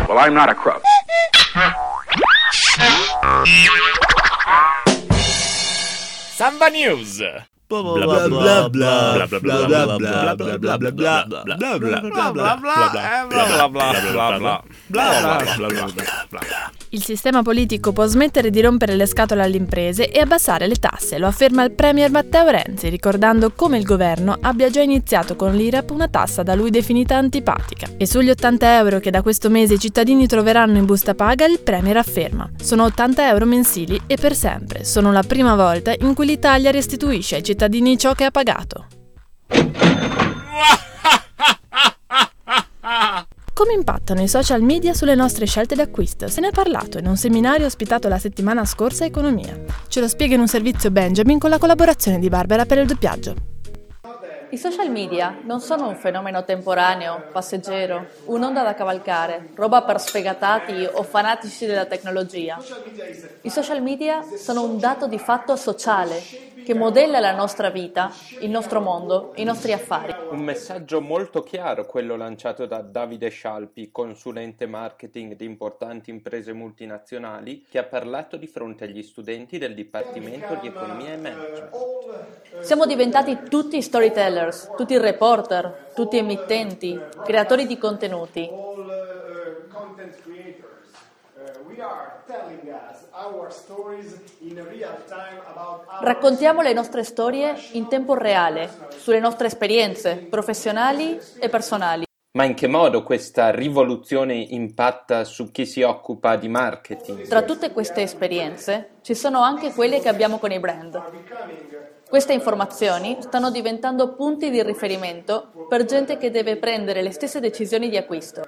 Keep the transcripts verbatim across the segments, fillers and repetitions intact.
Well, I'm not a crook. Samba News. Il sistema politico può smettere di rompere le scatole alle imprese e abbassare le tasse, lo afferma il premier Matteo Renzi, ricordando come il governo abbia già iniziato con l'I R A P una tassa da lui definita antipatica. E sugli ottanta euro che da questo mese i cittadini troveranno in busta paga, il premier afferma: sono ottanta euro mensili e per sempre. Sono la prima volta in cui l'Italia restituisce ai cittadini ciò che ha pagato. Come impattano i social media sulle nostre scelte d'acquisto? Se ne è parlato in un seminario ospitato la settimana scorsa a Economia. Ce lo spiega in un servizio Benjamin con la collaborazione di Barbara per il doppiaggio. I social media non sono un fenomeno temporaneo, passeggero, un'onda da cavalcare, roba per sfegatati o fanatici della tecnologia. I social media sono un dato di fatto sociale che modella la nostra vita, il nostro mondo, i nostri affari. Un messaggio molto chiaro quello lanciato da Davide Scialpi, consulente marketing di importanti imprese multinazionali, che ha parlato di fronte agli studenti del Dipartimento di Economia e Management. Siamo diventati tutti storytellers, tutti reporter, tutti emittenti, creatori di contenuti. Raccontiamo le nostre storie in tempo reale, sulle nostre esperienze professionali e personali. Ma in che modo questa rivoluzione impatta su chi si occupa di marketing? Tra tutte queste esperienze ci sono anche quelle che abbiamo con i brand. Queste informazioni stanno diventando punti di riferimento per gente che deve prendere le stesse decisioni di acquisto.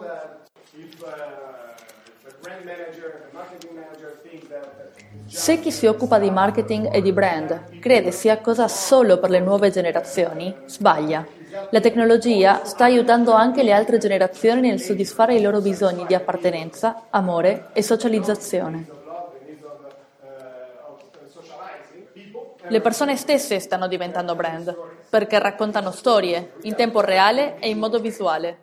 Se chi si occupa di marketing e di brand crede sia cosa solo per le nuove generazioni, sbaglia. La tecnologia sta aiutando anche le altre generazioni nel soddisfare i loro bisogni di appartenenza, amore e socializzazione. Le persone stesse stanno diventando brand, perché raccontano storie in tempo reale e in modo visuale.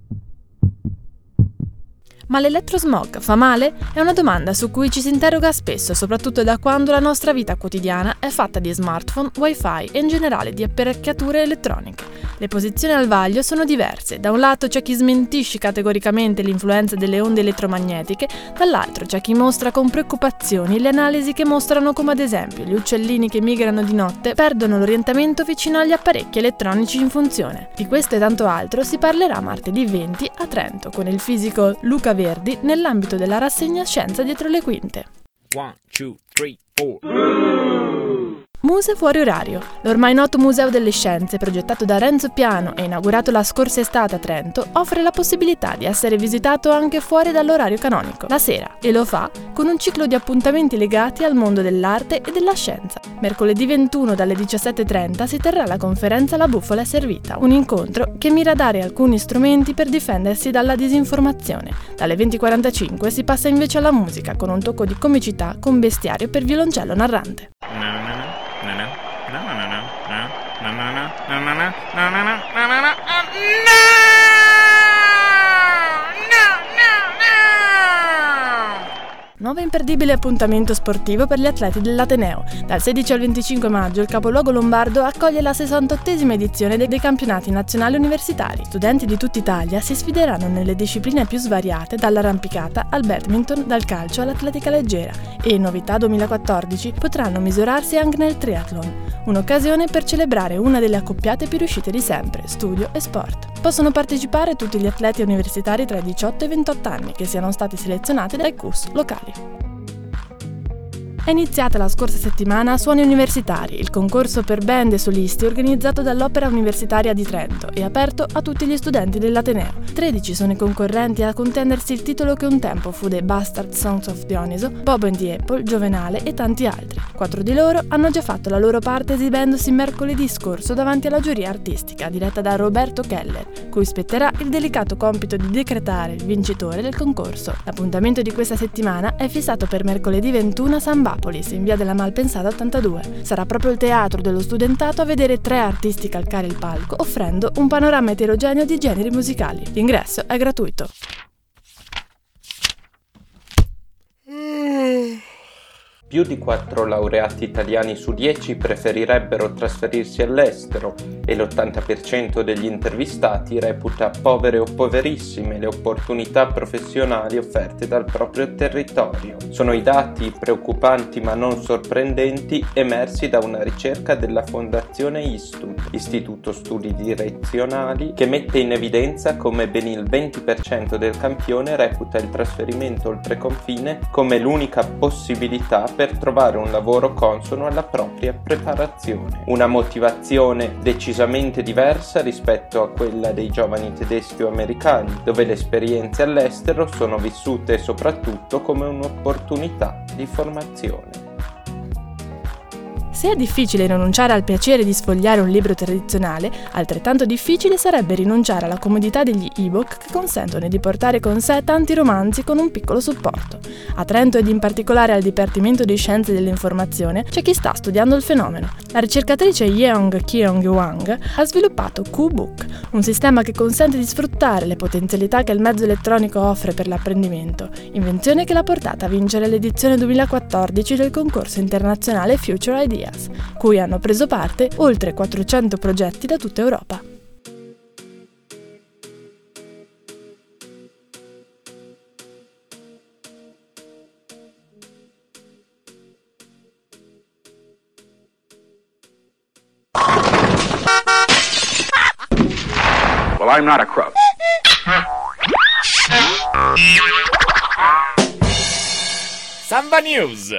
Ma l'elettrosmog fa male? È una domanda su cui ci si interroga spesso, soprattutto da quando la nostra vita quotidiana è fatta di smartphone, wifi e in generale di apparecchiature elettroniche. Le posizioni al vaglio sono diverse. Da un lato c'è chi smentisce categoricamente l'influenza delle onde elettromagnetiche, dall'altro c'è chi mostra con preoccupazioni le analisi che mostrano come ad esempio gli uccellini che migrano di notte perdono l'orientamento vicino agli apparecchi elettronici in funzione. Di questo e tanto altro si parlerà martedì venti a Trento con il fisico Luca Verdi nell'ambito della rassegna Scienza dietro le quinte. One, two, three, four. Muse fuori orario. L'ormai noto Museo delle Scienze, progettato da Renzo Piano e inaugurato la scorsa estate a Trento, offre la possibilità di essere visitato anche fuori dall'orario canonico, la sera, e lo fa con un ciclo di appuntamenti legati al mondo dell'arte e della scienza. Mercoledì ventuno dalle diciassette e trenta si terrà la conferenza La bufala è servita, un incontro che mira a dare alcuni strumenti per difendersi dalla disinformazione. Dalle venti e quarantacinque si passa invece alla musica, con un tocco di comicità con bestiario per violoncello narrante. Nuovo imperdibile appuntamento sportivo per gli atleti dell'Ateneo. Dal sedici al venticinque maggio il capoluogo lombardo accoglie la sessantottesima edizione dei campionati nazionali universitari. Studenti di tutta Italia si sfideranno nelle discipline più svariate, dall'arrampicata al badminton, dal calcio all'atletica leggera, e, novità duemilaquattordici, potranno misurarsi anche nel triathlon. Un'occasione per celebrare una delle accoppiate più riuscite di sempre, studio e sport. Possono partecipare tutti gli atleti universitari tra i diciotto e i ventotto anni che siano stati selezionati dai C U S locali. È iniziata la scorsa settimana Suoni Universitari, il concorso per band e solisti organizzato dall'Opera Universitaria di Trento e aperto a tutti gli studenti dell'Ateneo. tredici sono i concorrenti a contendersi il titolo che un tempo fu dei Bastard Songs of Dioniso, Bob and the Apple, Giovenale e tanti altri. Quattro di loro hanno già fatto la loro parte esibendosi mercoledì scorso davanti alla giuria artistica diretta da Roberto Keller, cui spetterà il delicato compito di decretare il vincitore del concorso. L'appuntamento di questa settimana è fissato per mercoledì ventuno a San Bapolis, in via della Malpensata ottantadue. Sarà proprio il teatro dello studentato a vedere tre artisti calcare il palco, offrendo un panorama eterogeneo di generi musicali. L'ingresso è gratuito. Più di quattro laureati italiani su dieci preferirebbero trasferirsi all'estero e l'ottanta per cento degli intervistati reputa povere o poverissime le opportunità professionali offerte dal proprio territorio. Sono i dati preoccupanti ma non sorprendenti emersi da una ricerca della Fondazione Istud, Istituto Studi Direzionali, che mette in evidenza come ben il venti per cento del campione reputa il trasferimento oltre confine come l'unica possibilità per trovare un lavoro consono alla propria preparazione. Una motivazione decisamente diversa rispetto a quella dei giovani tedeschi o americani, dove le esperienze all'estero sono vissute soprattutto come un'opportunità di formazione. Se è difficile rinunciare al piacere di sfogliare un libro tradizionale, altrettanto difficile sarebbe rinunciare alla comodità degli ebook che consentono di portare con sé tanti romanzi con un piccolo supporto. A Trento ed in particolare al Dipartimento di Scienze dell'Informazione c'è chi sta studiando il fenomeno. La ricercatrice Yeong Kyung Wang ha sviluppato Q-Book, un sistema che consente di sfruttare le potenzialità che il mezzo elettronico offre per l'apprendimento, invenzione che l'ha portata a vincere l'edizione duemilaquattordici del concorso internazionale Future Ideas, cui hanno preso parte oltre quattrocento progetti da tutta Europa. Well, I'm not a crook. Samba News.